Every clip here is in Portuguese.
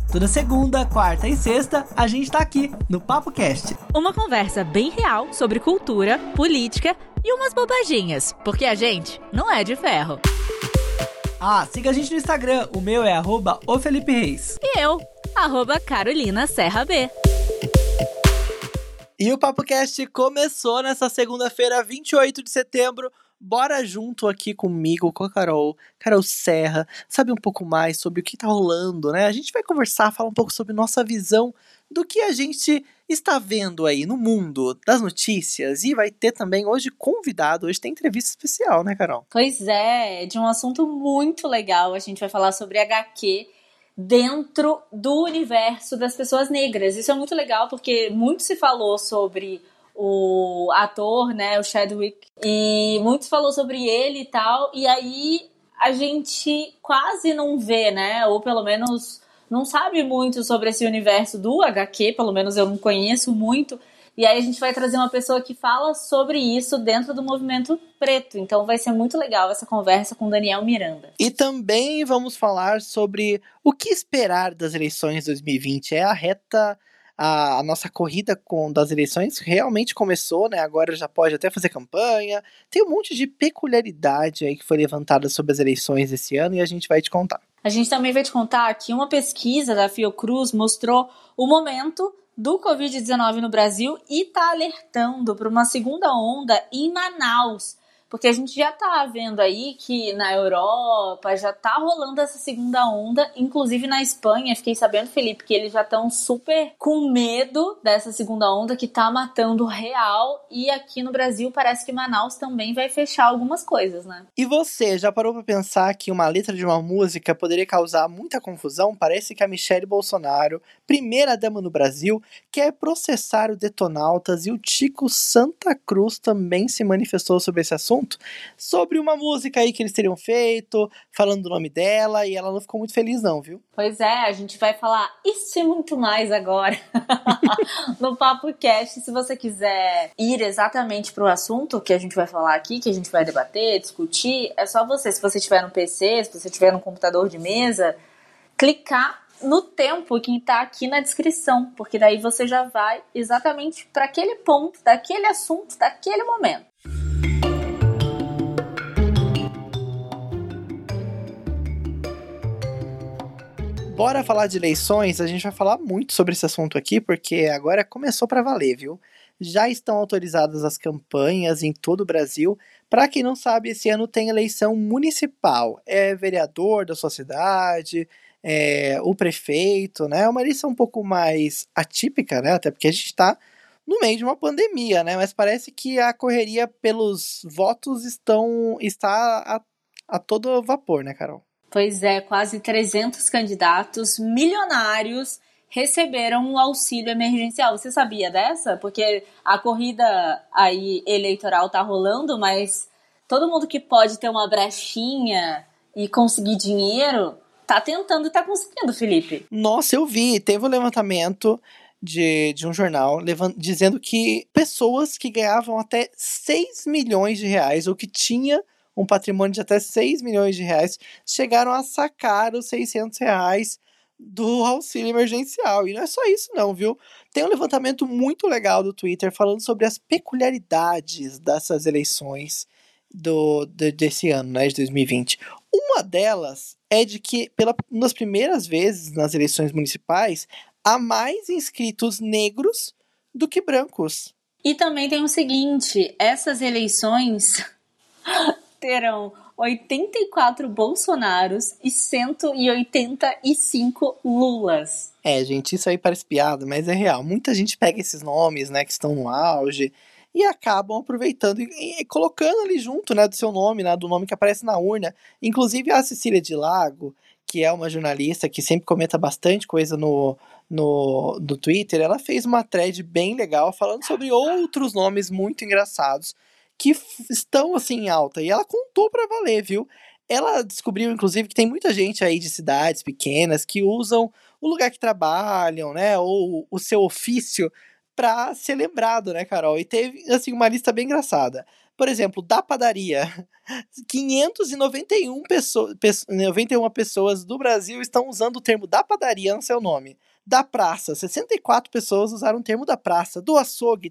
Toda segunda, quarta e sexta, a gente tá aqui no Papo Cast. Uma conversa bem real sobre cultura, política e umas bobaginhas, porque a gente não é de ferro. Siga a gente no Instagram, o meu é @ofelipereis. E eu, @Carolina Serra B. E o Papo Cast começou nessa segunda-feira, 28 de setembro. Bora junto aqui comigo, com a Carol Serra, saber um pouco mais sobre o que tá rolando, né? A gente vai conversar, falar um pouco sobre nossa visão do que a gente está vendo aí no mundo das notícias. E vai ter também hoje convidado, hoje tem entrevista especial, né, Carol? Pois é, de um assunto muito legal. A gente vai falar sobre HQ dentro do universo das pessoas negras. Isso é muito legal porque muito se falou sobre o ator, né, o Chadwick, e muito se falou sobre ele e tal, e aí a gente quase não vê, né, ou pelo menos não sabe muito sobre esse universo do HQ, pelo menos eu não conheço muito, e aí a gente vai trazer uma pessoa que fala sobre isso dentro do movimento preto. Então vai ser muito legal essa conversa com Daniel Miranda. E também vamos falar sobre o que esperar das eleições 2020. É a reta, a nossa corrida das eleições realmente começou, né? Agora já pode até fazer campanha. Tem um monte de peculiaridade aí que foi levantada sobre as eleições esse ano e a gente vai te contar. A gente também vai te contar que uma pesquisa da Fiocruz mostrou o momento do Covid-19 no Brasil e está alertando para uma segunda onda em Manaus. Porque a gente já tá vendo aí que na Europa já tá rolando essa segunda onda, inclusive na Espanha. Fiquei sabendo, Felipe, que eles já estão super com medo dessa segunda onda que tá matando real. E aqui no Brasil parece que Manaus também vai fechar algumas coisas, né? E você, já parou pra pensar que uma letra de uma música poderia causar muita confusão? Parece que a Michelle Bolsonaro, primeira-dama no Brasil, quer processar o Detonautas e o Tico Santa Cruz também se manifestou sobre esse assunto. Sobre uma música aí que eles teriam feito, falando do nome dela, e ela não ficou muito feliz não, viu? Pois é, a gente vai falar isso e muito mais agora no Papo Cast. Se você quiser ir exatamente pro assunto que a gente vai falar aqui, que a gente vai debater, discutir, é só você, se você estiver no PC, se você estiver no computador de mesa, clicar no tempo que tá aqui na descrição, porque daí você já vai exatamente para aquele ponto, daquele assunto, daquele momento. Bora falar de eleições, a gente vai falar muito sobre esse assunto aqui, porque agora começou para valer, viu? Já estão autorizadas as campanhas em todo o Brasil. Para quem não sabe, esse ano tem eleição municipal. É vereador da sua cidade, o prefeito, né? É uma eleição um pouco mais atípica, né? Até porque a gente está no meio de uma pandemia, né? Mas parece que a correria pelos votos está a todo vapor, né, Carol? Pois é, quase 300 candidatos milionários receberam um auxílio emergencial. Você sabia dessa? Porque a corrida aí eleitoral tá rolando, mas todo mundo que pode ter uma brechinha e conseguir dinheiro tá tentando e tá conseguindo, Felipe. Nossa, eu vi. Teve um levantamento de um jornal dizendo que pessoas que ganhavam até 6 milhões de reais ou que tinha um patrimônio de até 6 milhões de reais, chegaram a sacar os 600 reais do auxílio emergencial. E não é só isso não, viu? Tem um levantamento muito legal do Twitter falando sobre as peculiaridades dessas eleições desse ano, né, de 2020. Uma delas é de que, nas primeiras vezes nas eleições municipais, há mais inscritos negros do que brancos. E também tem o seguinte, essas eleições terão 84 Bolsonaros e 185 Lulas. Gente, isso aí parece piada, mas é real. Muita gente pega esses nomes, né, que estão no auge e acabam aproveitando e colocando ali junto, né, do seu nome, né, do nome que aparece na urna. Inclusive a Cecília de Lago, que é uma jornalista que sempre comenta bastante coisa no Twitter, ela fez uma thread bem legal falando sobre outros nomes muito engraçados que estão, assim, em alta. E ela contou pra valer, viu? Ela descobriu, inclusive, que tem muita gente aí de cidades pequenas que usam o lugar que trabalham, né? Ou o seu ofício pra ser lembrado, né, Carol? E teve, assim, uma lista bem engraçada. Por exemplo, da padaria. 591 91 pessoas do Brasil estão usando o termo da padaria no seu nome. Da praça, 64 pessoas usaram o termo da praça. Do açougue,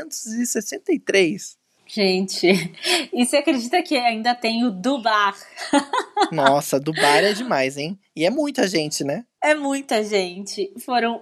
363. Gente, e você acredita que ainda tem o do bar? Nossa, do bar é demais, hein? E é muita gente, né? É muita gente. Foram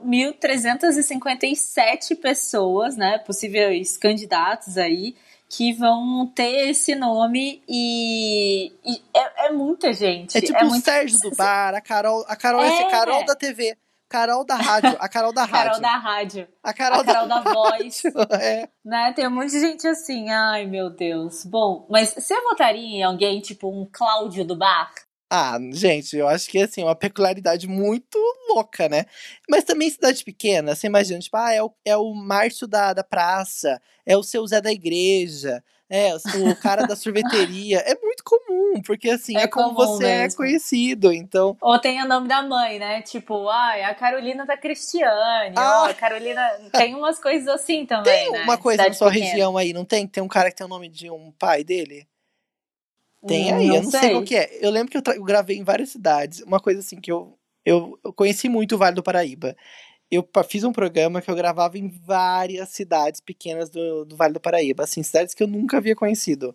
1.357 pessoas, né? Possíveis candidatos aí, que vão ter esse nome e é muita gente. É tipo o muito... Sérgio do bar, a Carol ia ser Carol da TV, Carol da rádio, a Carol da rádio. Carol da rádio. A Carol da voz. É. Né? Tem um monte de gente assim, ai meu Deus. Bom, mas você votaria em alguém tipo um Cláudio do bar? Ah, gente, eu acho que assim, uma peculiaridade muito louca, né? Mas também cidade pequena, você imagina, tipo, é o Márcio da praça, é o seu Zé da igreja, o cara da sorveteria. É muito comum, porque assim, é como você mesmo. é conhecido, então... Ou tem o nome da mãe, né? Tipo, a Carolina da Cristiane, a Carolina... Tem umas coisas assim também, tem né? Uma coisa cidade na sua pequena. região aí, não tem? Tem um cara que tem o nome de um pai dele? Tem aí, não eu não sei qual que é. Eu lembro que eu gravei em várias cidades. Uma coisa assim que eu conheci muito o Vale do Paraíba. Eu fiz um programa que eu gravava em várias cidades pequenas do Vale do Paraíba. Assim, cidades que eu nunca havia conhecido.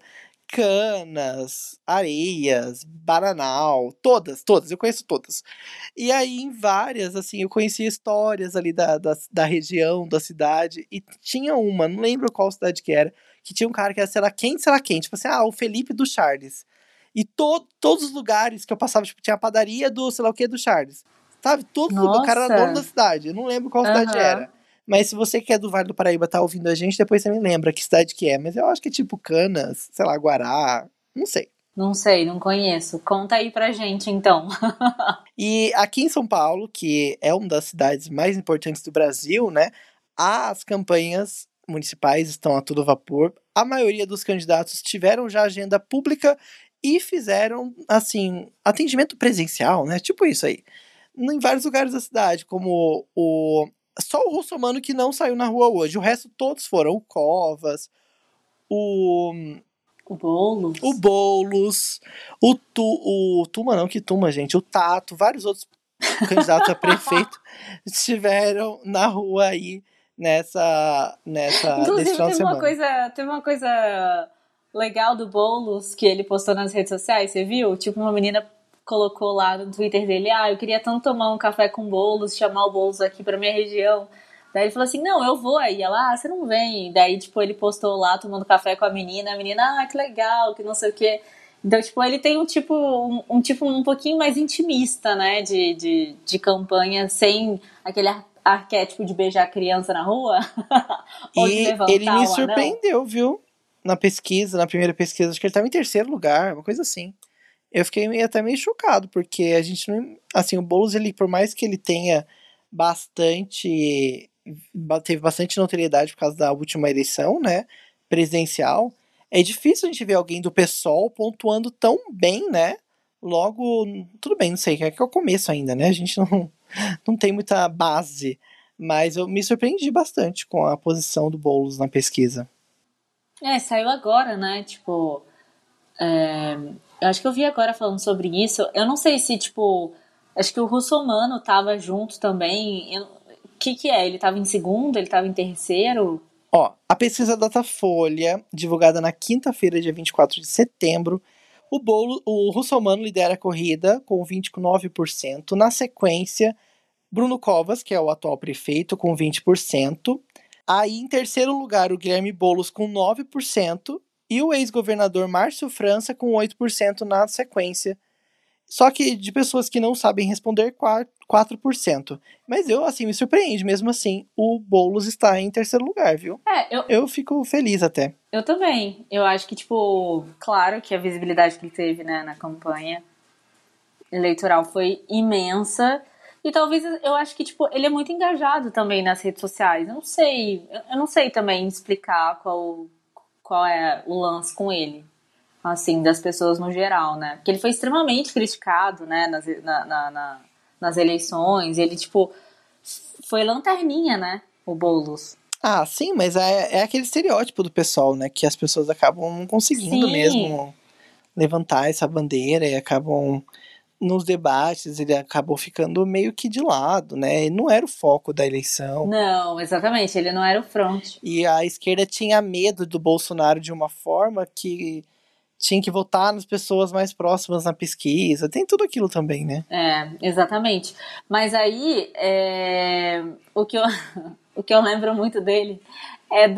Canas, Areias, Bananal, todas, eu conheço todas. E aí, em várias, assim, eu conhecia histórias ali da região, da cidade. E tinha uma, não lembro qual cidade que era, que tinha um cara que era, sei lá quem. Tipo assim, o Felipe do Charles. E todos os lugares que eu passava, tipo, tinha a padaria do, sei lá o que, do Charles. Sabe? Todos os lugares. O cara era dono da cidade. Eu não lembro qual cidade era. Mas se você que é do Vale do Paraíba tá ouvindo a gente, depois você me lembra que cidade que é. Mas eu acho que é tipo Canas, sei lá, Guará. Não sei. Não sei, não conheço. Conta aí pra gente, então. E aqui em São Paulo, que é uma das cidades mais importantes do Brasil, né? As campanhas municipais estão a todo vapor. A maioria dos candidatos tiveram já agenda pública e fizeram, assim, atendimento presencial, né? Tipo isso aí. Em vários lugares da cidade, como só o Russomano que não saiu na rua hoje. O resto todos foram. O Covas, o Boulos. O Boulos, o Tuma não, que Tuma, gente. O Tato, vários outros candidatos a prefeito estiveram na rua aí nesse final de semana. Teve uma coisa legal do Boulos que ele postou nas redes sociais, você viu? Tipo, uma menina colocou lá no Twitter dele, eu queria tanto tomar um café com Boulos, chamar o Boulos aqui pra minha região. Daí ele falou assim, não, eu vou aí. Ela, você não vem. Daí, tipo, ele postou lá tomando café com a menina que legal, que não sei o quê. Então, tipo, ele tem um tipo um pouquinho mais intimista, né, de campanha, sem aquele arquétipo de beijar a criança na rua. Ou de levantar ele me surpreendeu, viu? Na primeira pesquisa, acho que ele estava em terceiro lugar, uma coisa assim. Eu fiquei até meio chocado, porque a gente não... Assim, o Boulos, ele, por mais que ele tenha teve bastante notoriedade por causa da última eleição, né, presidencial, é difícil a gente ver alguém do PSOL pontuando tão bem, né, logo, tudo bem, não sei, é que é o começo ainda, né, a gente não tem muita base, mas eu me surpreendi bastante com a posição do Boulos na pesquisa. Saiu agora, né, tipo, eu acho que eu vi agora falando sobre isso, eu não sei se, tipo, acho que o Russomano tava junto também, o que é? Ele estava em segundo? Ele estava em terceiro? A pesquisa Datafolha, divulgada na quinta-feira, dia 24 de setembro, o Russomano lidera a corrida com 29%. Na sequência, Bruno Covas, que é o atual prefeito, com 20%. Aí, em terceiro lugar, o Guilherme Boulos, com 9%. E o ex-governador Márcio França, com 8% na sequência. Só que de pessoas que não sabem responder, 4%. Mas eu, assim, me surpreende. Mesmo assim, o Boulos está em terceiro lugar, viu? Eu fico feliz até. Eu também. Eu acho que, tipo, claro que a visibilidade que ele teve, né, na campanha eleitoral foi imensa. E talvez, eu acho que, tipo, ele é muito engajado também nas redes sociais. Eu não sei também explicar qual é o lance com ele. Assim, das pessoas no geral, né? Porque ele foi extremamente criticado, né, nas eleições. Ele, tipo, foi lanterninha, né, o Boulos. Ah, sim, mas é aquele estereótipo do pessoal, né? Que as pessoas acabam não conseguindo Sim. mesmo levantar essa bandeira e acabam, nos debates, ele acabou ficando meio que de lado, né? Ele não era o foco da eleição. Não, exatamente, ele não era o front. E a esquerda tinha medo do Bolsonaro de uma forma que tinha que votar nas pessoas mais próximas na pesquisa. Tem tudo aquilo também, né? É, exatamente. Mas aí, o que eu, o que eu lembro muito dele é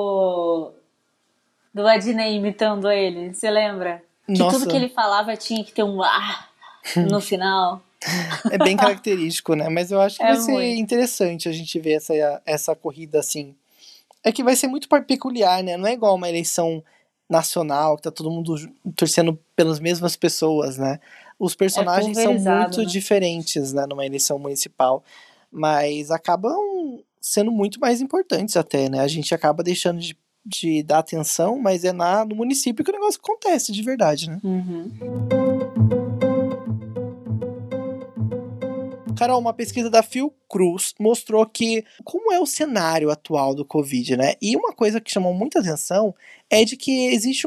do Adnei imitando ele. Você lembra? Que tudo que Nossa, ele falava tinha que ter um no final. é bem característico, né? Mas eu acho que É vai ser muito. interessante a gente ver essa corrida assim. É que vai ser muito peculiar, né? Não é igual uma eleição nacional, que tá todo mundo torcendo pelas mesmas pessoas, né? Os É personagens são pulverizado, muito né? diferentes, né, numa eleição municipal, mas acabam sendo muito mais importantes até, né? A gente acaba deixando de dar atenção, mas é no município que o negócio acontece de verdade, né? Uhum. Carol, uma pesquisa da Fiocruz mostrou que como é o cenário atual do Covid, né? E uma coisa que chamou muita atenção é de que existe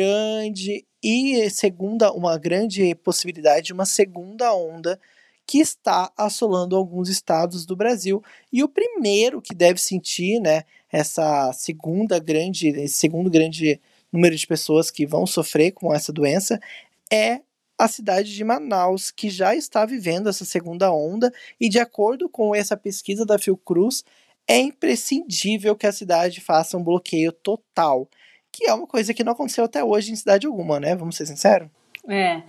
uma grande possibilidade de uma segunda onda que está assolando alguns estados do Brasil. E o primeiro que deve sentir, né, esse segundo grande número de pessoas que vão sofrer com essa doença é a cidade de Manaus, que já está vivendo essa segunda onda, e de acordo com essa pesquisa da Fiocruz, é imprescindível que a cidade faça um bloqueio total, que é uma coisa que não aconteceu até hoje em cidade alguma, né? Vamos ser sinceros? É.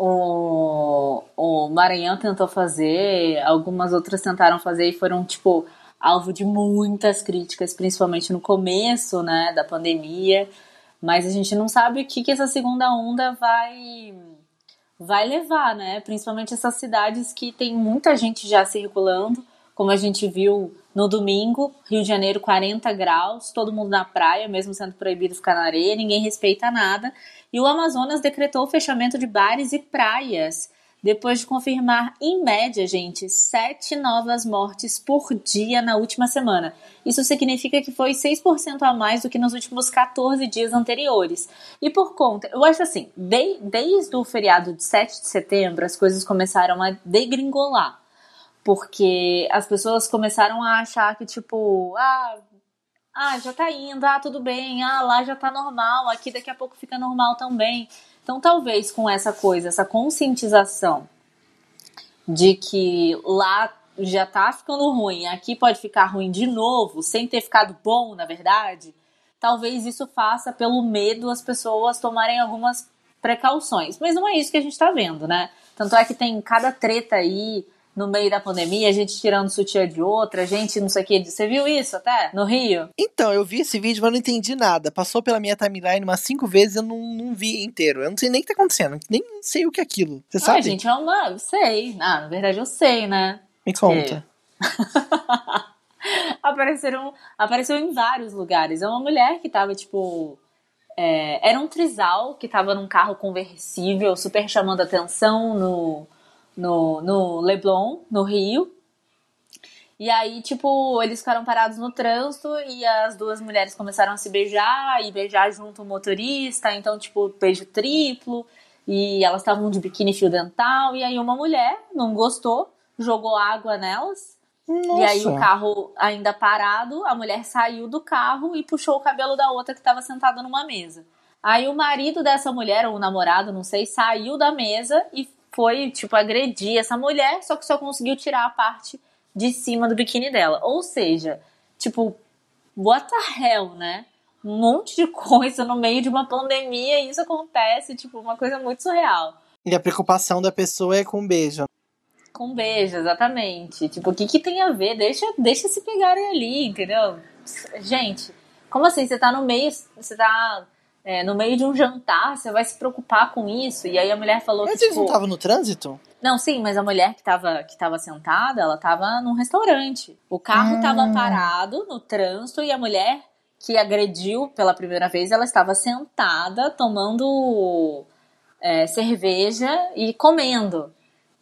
O Maranhão tentou fazer, algumas outras tentaram fazer e foram, tipo, alvo de muitas críticas, principalmente no começo, né, da pandemia. Mas a gente não sabe o que essa segunda onda vai levar, né? Principalmente essas cidades que tem muita gente já circulando, como a gente viu no domingo, Rio de Janeiro 40 graus, todo mundo na praia, mesmo sendo proibido ficar na areia, ninguém respeita nada. E o Amazonas decretou o fechamento de bares e praias, depois de confirmar, em média, gente, 7 novas mortes por dia na última semana. Isso significa que foi 6% a mais do que nos últimos 14 dias anteriores. E por conta, eu acho assim, desde o feriado de 7 de setembro, as coisas começaram a degringolar. Porque as pessoas começaram a achar que, tipo, já tá indo, tudo bem, lá já tá normal, aqui daqui a pouco fica normal também. Então, talvez com essa coisa, essa conscientização de que lá já tá ficando ruim, aqui pode ficar ruim de novo, sem ter ficado bom, na verdade, talvez isso faça, pelo medo, as pessoas tomarem algumas precauções. Mas não é isso que a gente tá vendo, né? Tanto é que tem cada treta aí no meio da pandemia, a gente tirando sutiã de outra, gente não sei o que. Você viu isso até no Rio? Então, eu vi esse vídeo, mas não entendi nada. Passou pela minha timeline umas 5 vezes e eu não vi inteiro. Eu não sei nem o que tá acontecendo, nem sei o que é aquilo. Você sabe? Gente, sei. Na verdade eu sei, né? Me conta. Apareceu em vários lugares. É uma mulher que tava, tipo... era um trisal que tava num carro conversível, super chamando atenção no Leblon, no Rio. E aí, tipo, eles ficaram parados no trânsito e as duas mulheres começaram a se beijar e beijar junto o motorista. Então, tipo, beijo triplo. E elas estavam de biquíni fio dental. E aí uma mulher não gostou, jogou água nelas. Nossa. E aí o carro ainda parado, a mulher saiu do carro e puxou o cabelo da outra que estava sentada numa mesa. Aí o marido dessa mulher, ou o namorado, não sei, saiu da mesa e foi, tipo, agredir essa mulher, só que só conseguiu tirar a parte de cima do biquíni dela. Ou seja, tipo, what the hell, né? Um monte de coisa no meio de uma pandemia e isso acontece, tipo, uma coisa muito surreal. E a preocupação da pessoa é com um beijo. Com beijo, exatamente. Tipo, o que tem a ver? Deixa se pegarem ali, entendeu? Gente, como assim? Você tá no meio de um jantar, você vai se preocupar com isso? E aí a mulher falou Mas que, eles não estavam no trânsito? Não, sim, mas a mulher que tava sentada, ela tava num restaurante. O carro tava parado no trânsito e a mulher que agrediu pela primeira vez, ela estava sentada tomando cerveja e comendo.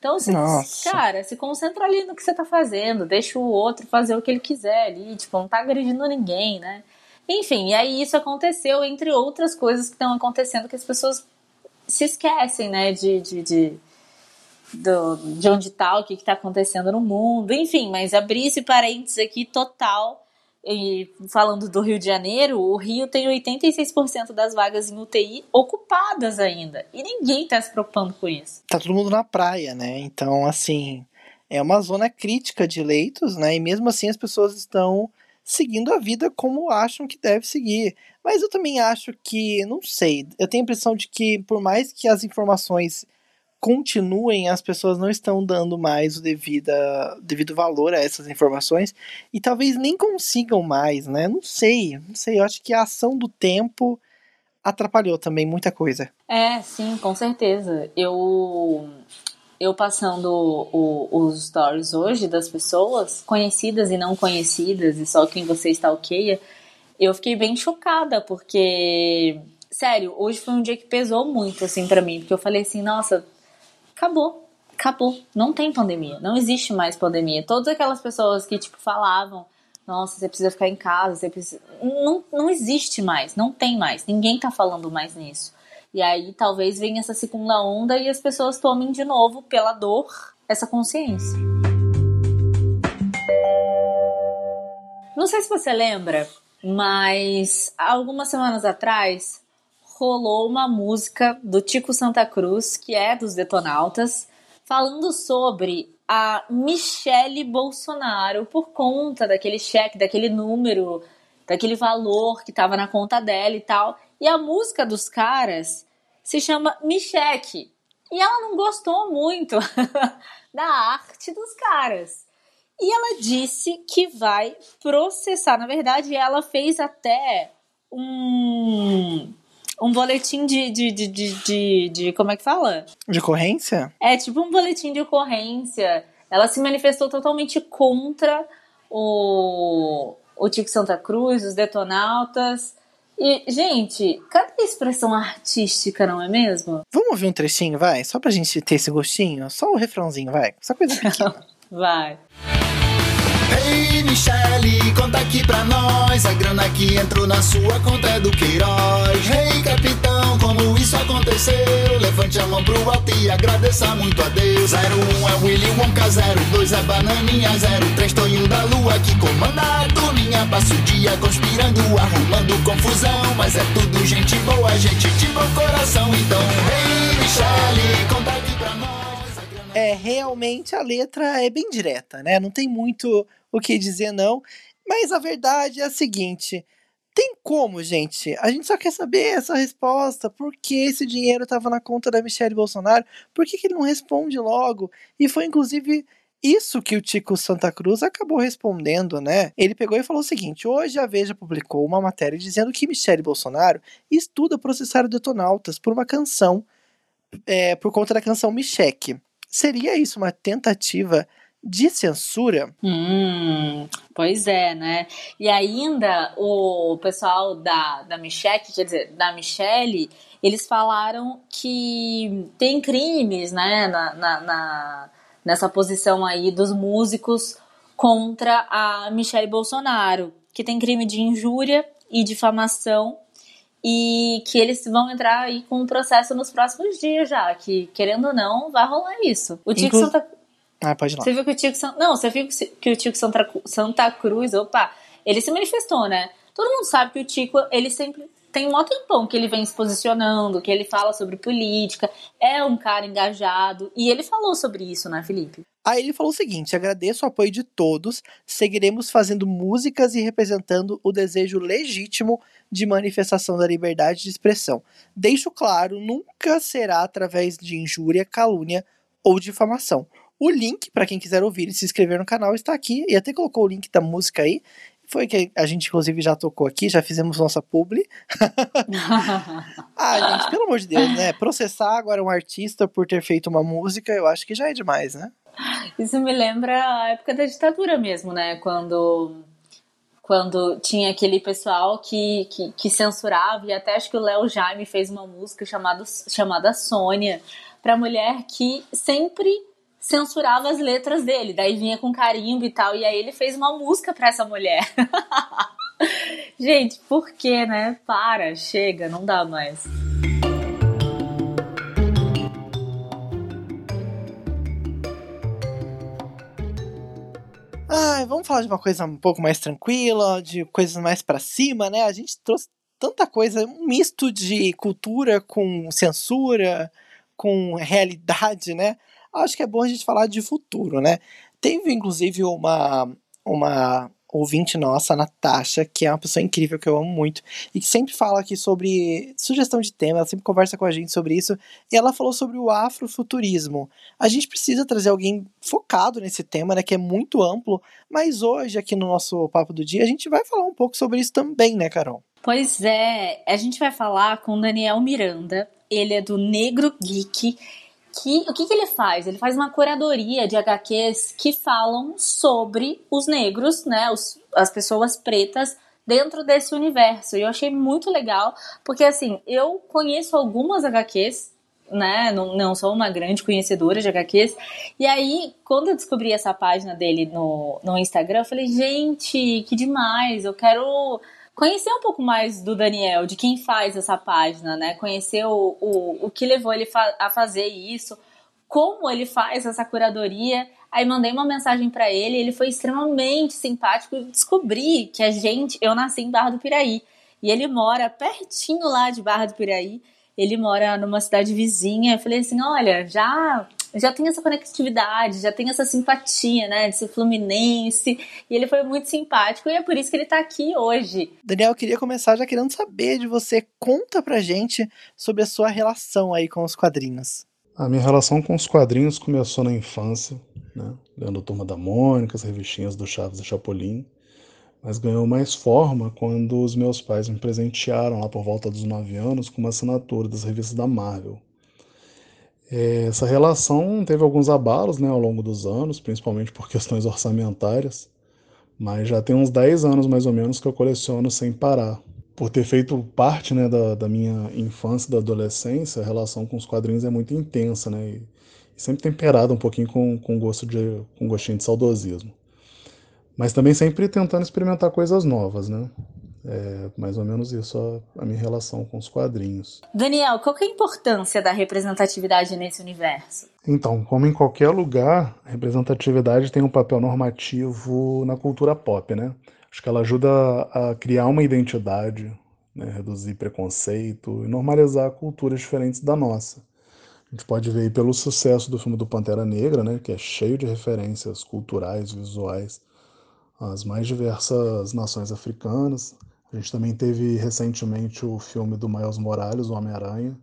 Então, cara, se concentra ali no que você tá fazendo, deixa o outro fazer o que ele quiser ali, tipo, não tá agredindo ninguém, né? Enfim, e aí isso aconteceu, entre outras coisas que estão acontecendo, que as pessoas se esquecem, né, de onde tá, o que tá acontecendo no mundo, enfim, mas abri esse parênteses aqui total. E falando do Rio de Janeiro, o Rio tem 86% das vagas em UTI ocupadas ainda. E ninguém tá se preocupando com isso. Tá todo mundo na praia, né? Então, assim, é uma zona crítica de leitos, né? E mesmo assim as pessoas estão seguindo a vida como acham que deve seguir. Mas eu também acho que, não sei, eu tenho a impressão de que por mais que as informações continuem, as pessoas não estão dando mais o devido valor a essas informações e talvez nem consigam mais, né? Não sei, eu acho que a ação do tempo atrapalhou também muita coisa. Sim, com certeza. Eu passando os stories hoje das pessoas, conhecidas e não conhecidas, e só quem você stalkeia, eu fiquei bem chocada, porque, sério, hoje foi um dia que pesou muito, assim, pra mim, porque eu falei assim, nossa, acabou, não tem pandemia, não existe mais pandemia. Todas aquelas pessoas que, tipo, falavam, nossa, você precisa ficar em casa, você precisa... Não existe mais, não tem mais, ninguém tá falando mais nisso. E aí talvez venha essa segunda onda e as pessoas tomem de novo, pela dor, essa consciência. Não sei se você lembra, mas algumas semanas atrás rolou uma música do Tico Santa Cruz, que é dos Detonautas, falando sobre a Michelle Bolsonaro por conta daquele cheque, daquele número, daquele valor que estava na conta dela e tal. E a música dos caras se chama Me Cheque. E ela não gostou muito da arte dos caras. E ela disse que vai processar. Na verdade, ela fez até um boletim de como é que fala? De ocorrência? É, tipo um boletim de ocorrência. Ela se manifestou totalmente contra o Tico Santa Cruz, os Detonautas. E, gente, cadê a expressão artística, não é mesmo? Vamos ouvir um trechinho, vai? Só pra gente ter esse gostinho? Só o refrãozinho, vai? Só coisa pequena. Vai. Ei, Michele, conta aqui pra nós. A grana que entrou na sua conta é do Queiroz. Ei, capitão, como isso aconteceu? Levante a mão pro alto e agradeça muito a Deus. 01 é Willy Wonka, 02 é Bananinha, 03 Toinho da Lua que comanda a turminha. Passa o dia conspirando, arrumando confusão, mas é tudo gente boa, gente de bom coração. Então, ei, Michele, conta aqui pra nós. Realmente a letra é bem direta, né? Não tem muito o que dizer, não. Mas a verdade é a seguinte: tem como, gente? A gente só quer saber essa resposta. Por que esse dinheiro estava na conta da Michelle Bolsonaro? Por que ele não responde logo? E foi, inclusive, isso que o Tico Santa Cruz acabou respondendo, né? Ele pegou e falou o seguinte: hoje a Veja publicou uma matéria dizendo que Michelle Bolsonaro estuda processar o Detonautas por uma canção, por conta da canção Me Cheque. Seria isso uma tentativa de censura? Pois é, né? E ainda o pessoal da Michelle, quer dizer, da Michelle, eles falaram que tem crimes, né, nessa posição aí dos músicos contra a Michelle Bolsonaro, que tem crime de injúria e difamação, e que eles vão entrar aí com um processo nos próximos dias já, que, querendo ou não, vai rolar isso. O Tico Santa... pode ir lá. Você viu que o Tico Santa Cruz, ele se manifestou, né? Todo mundo sabe que o Tico, ele sempre tem um tempão que ele vem se posicionando, que ele fala sobre política, é um cara engajado, e ele falou sobre isso, né, Felipe? Aí ele falou o seguinte: agradeço o apoio de todos, seguiremos fazendo músicas e representando o desejo legítimo de manifestação da liberdade de expressão. Deixo claro, nunca será através de injúria, calúnia ou difamação. O link, para quem quiser ouvir e se inscrever no canal, está aqui, e até colocou o link da música aí. Foi que a gente, inclusive, já tocou aqui, já fizemos nossa publi. Gente, pelo amor de Deus, né? Processar agora um artista por ter feito uma música, eu acho que já é demais, né? Isso me lembra a época da ditadura mesmo, né? Quando tinha aquele pessoal que censurava, e até acho que o Léo Jaime fez uma música chamada Sônia, pra mulher que sempre censurava as letras dele, daí vinha com carimbo e tal, e aí ele fez uma música pra essa mulher. Gente, por que, né? Para, chega, não dá mais. Vamos falar de uma coisa um pouco mais tranquila, de coisas mais pra cima, né? A gente trouxe tanta coisa, um misto de cultura com censura, com realidade, né? Acho que é bom a gente falar de futuro, né? Teve, inclusive, uma ouvinte nossa, a Natasha, que é uma pessoa incrível, que eu amo muito, e que sempre fala aqui sobre sugestão de tema, ela sempre conversa com a gente sobre isso, e ela falou sobre o afrofuturismo. A gente precisa trazer alguém focado nesse tema, né, que é muito amplo, mas hoje, aqui no nosso Papo do Dia, a gente vai falar um pouco sobre isso também, né, Carol? Pois é, a gente vai falar com o Daniel Miranda, ele é do Negro Geek. O que ele faz? Ele faz uma curadoria de HQs que falam sobre os negros, né, as pessoas pretas dentro desse universo. E eu achei muito legal, porque assim, eu conheço algumas HQs, né, não sou uma grande conhecedora de HQs, e aí, quando eu descobri essa página dele no Instagram, eu falei, gente, que demais, eu quero conhecer um pouco mais do Daniel, de quem faz essa página, né? Conhecer o que levou ele a fazer isso, como ele faz essa curadoria. Aí mandei uma mensagem pra ele, ele foi extremamente simpático e descobri que eu nasci em Barra do Piraí, e ele mora pertinho lá de Barra do Piraí, ele mora numa cidade vizinha. Eu falei assim, olha, já tem essa conectividade, já tem essa simpatia, né, de ser fluminense, e ele foi muito simpático, e é por isso que ele tá aqui hoje. Daniel, eu queria começar já querendo saber de você, conta pra gente sobre a sua relação aí com os quadrinhos. A minha relação com os quadrinhos começou na infância, né, lendo Turma da Mônica, as revistinhas do Chaves e Chapolin, mas ganhou mais forma quando os meus pais me presentearam lá por volta dos 9 anos com uma assinatura das revistas da Marvel. Essa relação teve alguns abalos, né, ao longo dos anos, principalmente por questões orçamentárias, mas já tem uns 10 anos mais ou menos que eu coleciono sem parar. Por ter feito parte, né, da minha infância e da adolescência, a relação com os quadrinhos é muito intensa, né, e sempre temperada um pouquinho com gostinho de saudosismo. Mas também sempre tentando experimentar coisas novas, né? É mais ou menos isso a minha relação com os quadrinhos. Daniel, qual que é a importância da representatividade nesse universo? Então, como em qualquer lugar, a representatividade tem um papel normativo na cultura pop, né? Acho que ela ajuda a criar uma identidade, né? Reduzir preconceito e normalizar culturas diferentes da nossa. A gente pode ver aí pelo sucesso do filme do Pantera Negra, né? Que é cheio de referências culturais, visuais, às mais diversas nações africanas. A gente também teve recentemente o filme do Miles Morales, o Homem-Aranha,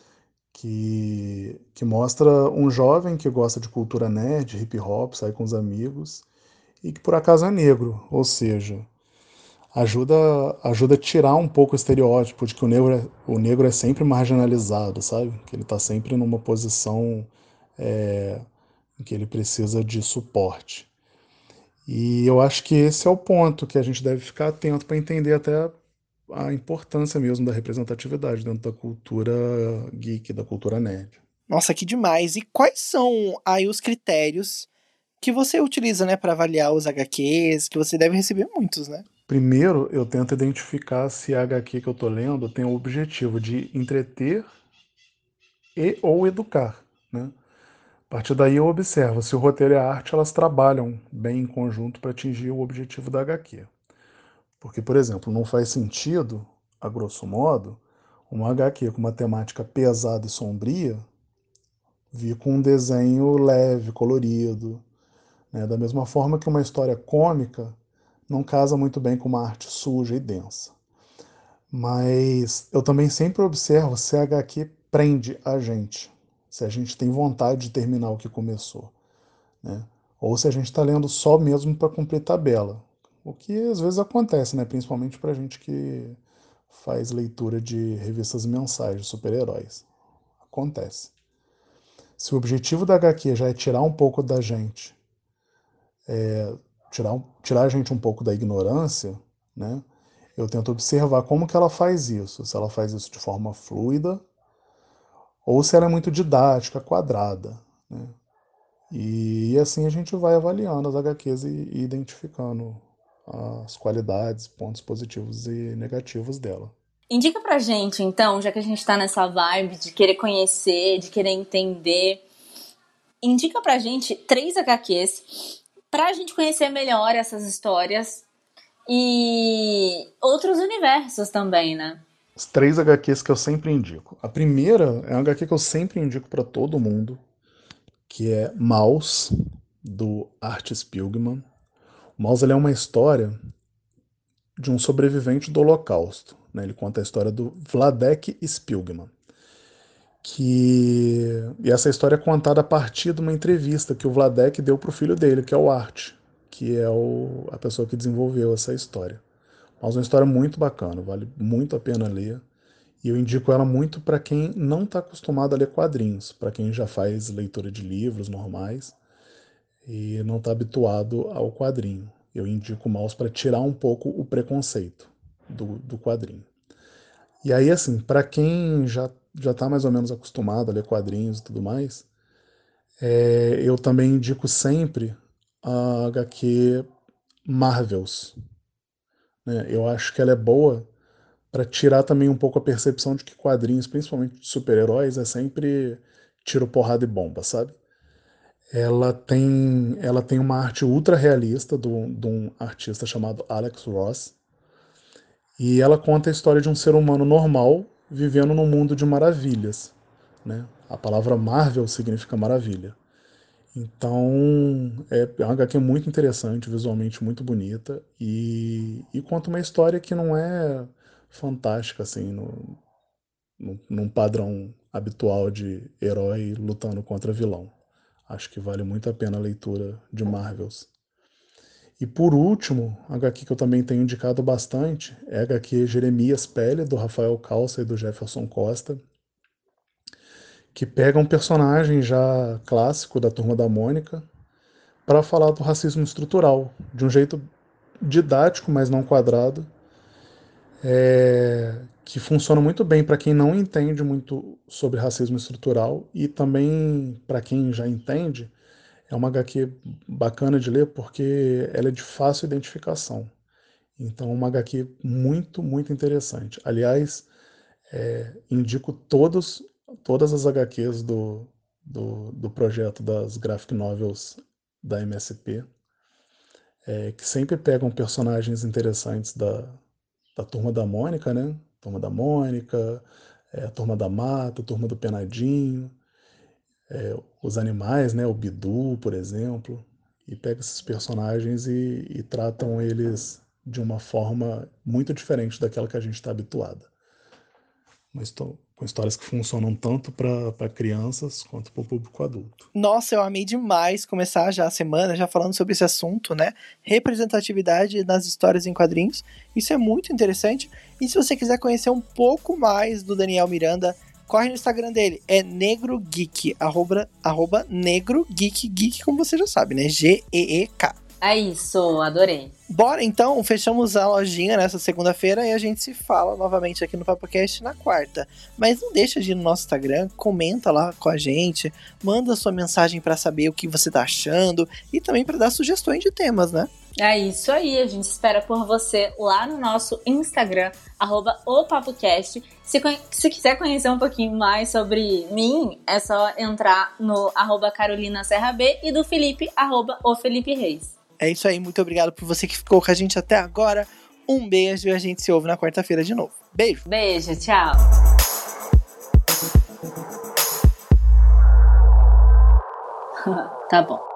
que mostra um jovem que gosta de cultura nerd, hip hop, sai com os amigos, e que por acaso é negro, ou seja, ajuda a tirar um pouco o estereótipo de que o negro é sempre marginalizado, sabe? Que ele está sempre numa posição em que ele precisa de suporte. E eu acho que esse é o ponto que a gente deve ficar atento para entender até a importância mesmo da representatividade dentro da cultura geek, da cultura nerd. Nossa, que demais! E quais são aí os critérios que você utiliza, né, para avaliar os HQs, que você deve receber muitos, né? Primeiro, eu tento identificar se a HQ que eu estou lendo tem o objetivo de entreter e ou educar, né? A partir daí eu observo se o roteiro e a arte elas trabalham bem em conjunto para atingir o objetivo da HQ. Porque, por exemplo, não faz sentido, a grosso modo, uma HQ com uma temática pesada e sombria vir com um desenho leve, colorido, né? Da mesma forma que uma história cômica não casa muito bem com uma arte suja e densa. Mas eu também sempre observo se a HQ prende a gente, se a gente tem vontade de terminar o que começou, né? Ou se a gente está lendo só mesmo para cumprir tabela, o que às vezes acontece, né? Principalmente para a gente que faz leitura de revistas mensais de super-heróis. Acontece. Se o objetivo da HQ já é tirar um pouco da gente, tirar a gente um pouco da ignorância, né? Eu tento observar como que ela faz isso. Se ela faz isso de forma fluida ou se ela é muito didática, quadrada, né? E assim a gente vai avaliando as HQs e identificando as qualidades, pontos positivos e negativos dela. Indica pra gente, então, já que a gente tá nessa vibe de querer conhecer, de querer entender, indica pra gente 3 HQs pra gente conhecer melhor essas histórias e outros universos também, né? As 3 HQs que eu sempre indico. A primeira é uma HQ que eu sempre indico pra todo mundo, que é Maus, do Art Spiegelman. O Maus é uma história de um sobrevivente do Holocausto. Né? Ele conta a história do Vladek Spiegelman. E essa história é contada a partir de uma entrevista que o Vladek deu para o filho dele, que é o Art, que é a pessoa que desenvolveu essa história. Mas uma história muito bacana, vale muito a pena ler. E eu indico ela muito para quem não está acostumado a ler quadrinhos, para quem já faz leitura de livros normais e não está habituado ao quadrinho. Eu indico o Maus para tirar um pouco o preconceito do quadrinho. E aí, assim, para quem já está mais ou menos acostumado a ler quadrinhos e tudo mais, eu também indico sempre a HQ Marvels. Né? Eu acho que ela é boa para tirar também um pouco a percepção de que quadrinhos, principalmente de super-heróis, é sempre tiro, porrada e bomba, sabe? Ela tem uma arte ultra realista de um artista chamado Alex Ross, e ela conta a história de um ser humano normal vivendo num mundo de maravilhas. Né? A palavra Marvel significa maravilha. Então, é uma HQ muito interessante, visualmente muito bonita, e conta uma história que não é fantástica, assim, num padrão habitual de herói lutando contra vilão. Acho que vale muito a pena a leitura de Marvels. E por último, a HQ que eu também tenho indicado bastante é a HQ Jeremias Pele, do Rafael Calça e do Jefferson Costa, que pega um personagem já clássico da Turma da Mônica para falar do racismo estrutural, de um jeito didático, mas não quadrado, que funciona muito bem para quem não entende muito sobre racismo estrutural e também para quem já entende. É uma HQ bacana de ler porque ela é de fácil identificação. Então, é uma HQ muito, muito interessante. Aliás, indico todas as HQs do projeto das Graphic Novels da MSP, que sempre pegam personagens interessantes da Turma da Mônica, né? Turma da Mônica, Turma da Mata, Turma do Penadinho, os animais, né? O Bidu, por exemplo, e pega esses personagens e tratam eles de uma forma muito diferente daquela que a gente está habituada. Com histórias que funcionam tanto para crianças quanto para o público adulto. Nossa, eu amei demais começar já a semana já falando sobre esse assunto, né? Representatividade nas histórias em quadrinhos. Isso é muito interessante. E se você quiser conhecer um pouco mais do Daniel Miranda, corre no Instagram dele. É negrogeek, @ negrogeek, como você já sabe, né? GEEK. É isso, adorei. Bora então, fechamos a lojinha nessa segunda-feira e a gente se fala novamente aqui no PapoCast na quarta. Mas não deixa de ir no nosso Instagram, comenta lá com a gente, manda sua mensagem para saber o que você tá achando e também para dar sugestões de temas, né? É isso aí, a gente espera por você lá no nosso Instagram, @opapocast. Se quiser conhecer um pouquinho mais sobre mim, é só entrar no @carolinaserrab e do Felipe, @ofelipereis. É isso aí, muito obrigado por você que ficou com a gente até agora. Um beijo e a gente se ouve na quarta-feira de novo. Beijo! Beijo, tchau! Tá bom.